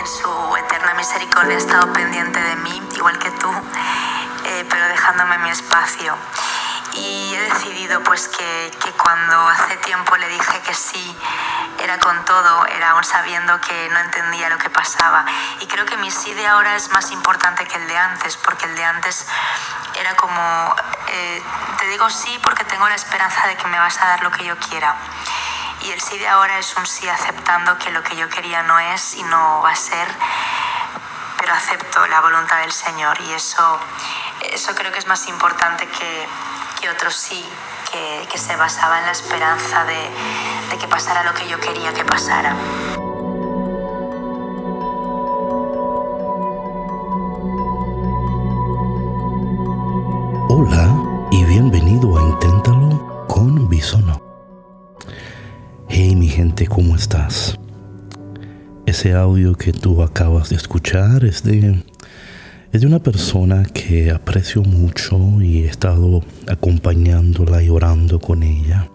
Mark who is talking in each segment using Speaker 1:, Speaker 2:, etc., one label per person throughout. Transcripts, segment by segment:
Speaker 1: en su eterna misericordia ha estado pendiente de mí, igual que tú, pero dejándome mi espacio. Y he decidido pues que cuando hace tiempo le dije que sí, era con todo, era aún sabiendo que no entendía lo que pasaba. Y creo que mi sí de ahora es más importante que el de antes, porque el de antes era como, te digo sí porque tengo la esperanza de que me vas a dar lo que yo quiera. Y el sí de ahora es un sí aceptando que lo que yo quería no es y no va a ser, pero acepto la voluntad del Señor. Y eso creo que es más importante que otro sí, que se basaba en la esperanza de que pasara lo que yo quería que pasara.
Speaker 2: Hola y bienvenido a Inténtalo con Bisono. Hey mi gente, ¿cómo estás? Ese audio que tú acabas de escuchar es de una persona que aprecio mucho y he estado acompañándola y orando con ella.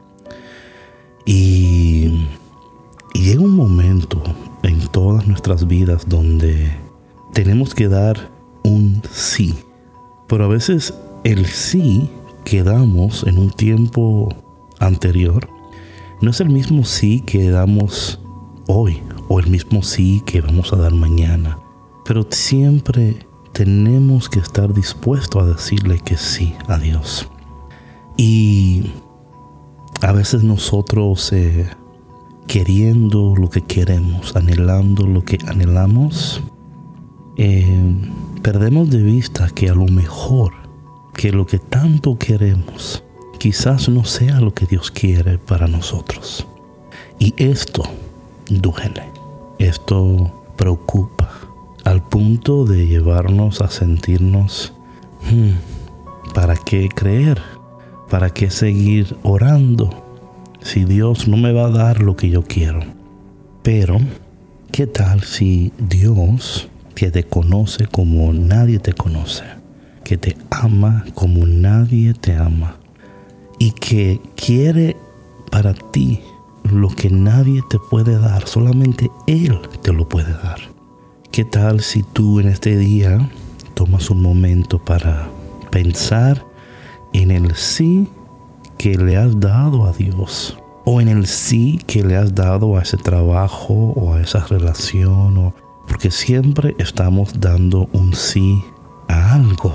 Speaker 2: Y llega un momento en todas nuestras vidas donde tenemos que dar un sí. Pero a veces el sí que damos en un tiempo anterior no es el mismo sí que damos hoy o el mismo sí que vamos a dar mañana. Pero siempre tenemos que estar dispuestos a decirle que sí a Dios. Y a veces nosotros queriendo lo que queremos, anhelando lo que anhelamos, perdemos de vista que a lo mejor que lo que tanto queremos quizás no sea lo que Dios quiere para nosotros. Y esto duele, esto preocupa, al punto de llevarnos a sentirnos, ¿para qué creer? ¿Para qué seguir orando si Dios no me va a dar lo que yo quiero? Pero, ¿qué tal si Dios, que te conoce como nadie te conoce, que te ama como nadie te ama y que quiere para ti lo que nadie te puede dar, solamente Él te lo puede dar? ¿Qué tal si tú en este día tomas un momento para pensar en el sí que le has dado a Dios, o en el sí que le has dado a ese trabajo o a esa relación? Porque siempre estamos dando un sí a algo.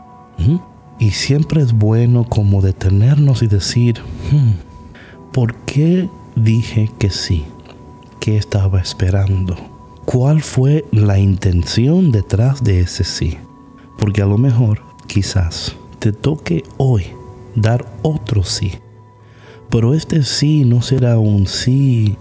Speaker 2: Y siempre es bueno como detenernos y decir, ¿por qué dije que sí? ¿Qué estaba esperando? ¿Cuál fue la intención detrás de ese sí? Porque a lo mejor, quizás, te toque hoy dar otro sí. Pero este sí no será un sí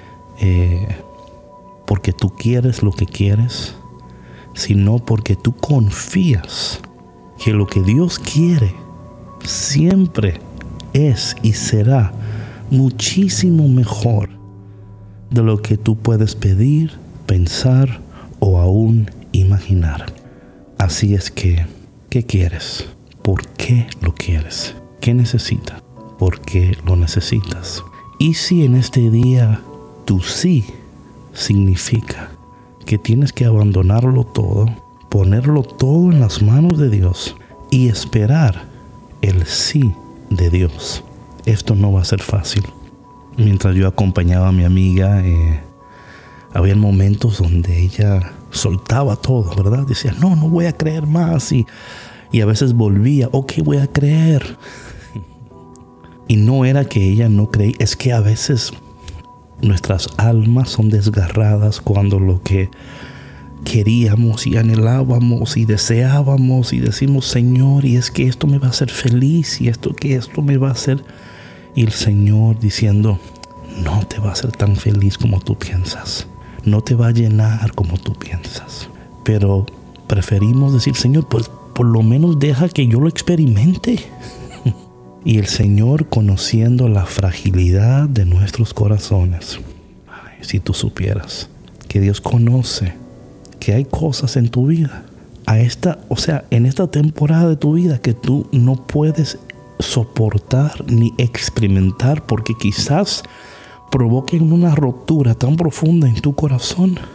Speaker 2: porque tú quieres lo que quieres, sino porque tú confías que lo que Dios quiere siempre es y será muchísimo mejor de lo que tú puedes pedir, pensar o aún imaginar. Así es que, ¿qué quieres? ¿Por qué lo quieres? ¿Qué necesitas? ¿Por qué lo necesitas? Y si en este día tu sí significa que tienes que abandonarlo todo, ponerlo todo en las manos de Dios y esperar el sí de Dios, esto no va a ser fácil. Mientras yo acompañaba a mi amiga, había momentos donde ella soltaba todo, ¿verdad? Decía, no voy a creer más. Y a veces volvía, ok, voy a creer. Y no era que ella no creía, es que a veces nuestras almas son desgarradas cuando lo que queríamos y anhelábamos y deseábamos y decimos, Señor, y es que esto me va a hacer feliz y esto me va a hacer... Y el Señor diciendo, no te va a hacer tan feliz como tú piensas. No te va a llenar como tú piensas. Pero preferimos decir, Señor, pues por lo menos deja que yo lo experimente. Y el Señor, conociendo la fragilidad de nuestros corazones, si tú supieras que Dios conoce que hay cosas en tu vida, en esta temporada de tu vida que tú no puedes soportar ni experimentar porque quizás provoquen una rotura tan profunda en tu corazón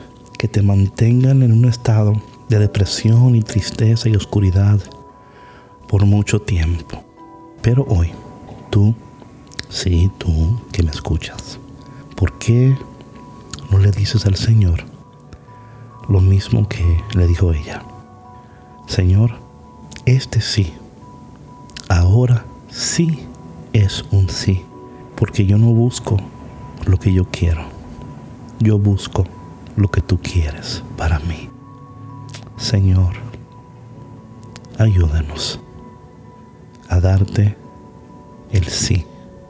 Speaker 2: que te mantengan en un estado de depresión y tristeza y oscuridad por mucho tiempo. Pero hoy, tú que me escuchas, ¿por qué no le dices al Señor lo mismo que le dijo ella? Señor, este sí, ahora sí es un sí, porque yo no busco lo que yo quiero, yo busco lo que tú quieres para mí. Señor, ayúdanos a darte el sí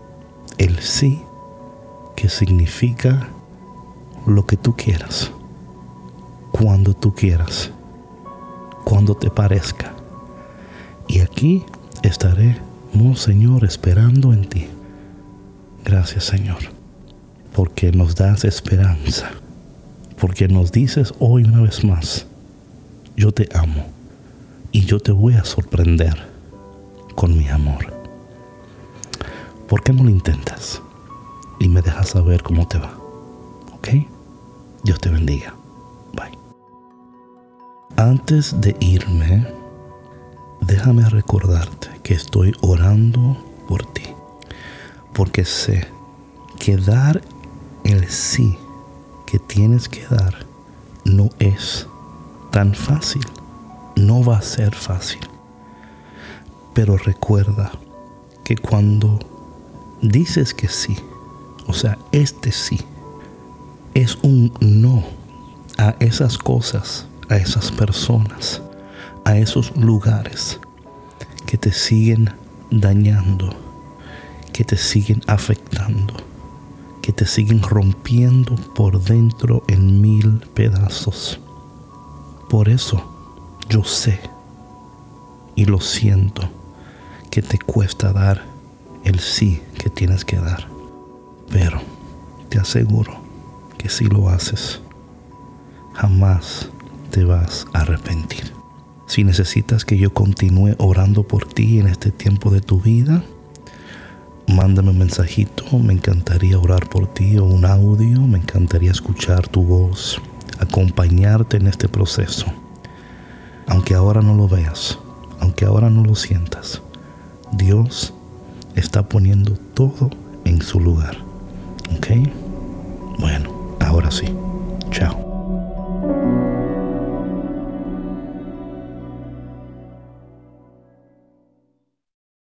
Speaker 2: que significa lo que tú quieras, cuando tú quieras, cuando te parezca. Y aquí estaremos, Señor, esperando en ti. Gracias, Señor, porque nos das esperanza, porque nos dices hoy una vez más, yo te amo y yo te voy a sorprender con mi amor. ¿Por qué no lo intentas? Y me dejas saber cómo te va. ¿Ok? Dios te bendiga. Bye. Antes de irme, déjame recordarte que estoy orando por ti. Porque sé que dar el sí que tienes que dar no es tan fácil. No va a ser fácil. Pero recuerda que cuando dices que sí, o sea, este sí, es un no a esas cosas, a esas personas, a esos lugares que te siguen dañando, que te siguen afectando, que te siguen rompiendo por dentro en 1000 pedazos. Por eso yo sé y lo siento que te cuesta dar el sí que tienes que dar, pero te aseguro que si lo haces, jamás te vas a arrepentir. Si necesitas que yo continúe orando por ti en este tiempo de tu vida, mándame un mensajito, me encantaría orar por ti, o un audio, me encantaría escuchar tu voz, acompañarte en este proceso. Aunque ahora no lo veas, aunque ahora no lo sientas, Dios está poniendo todo en su lugar. ¿Ok? Bueno, ahora sí. Chao.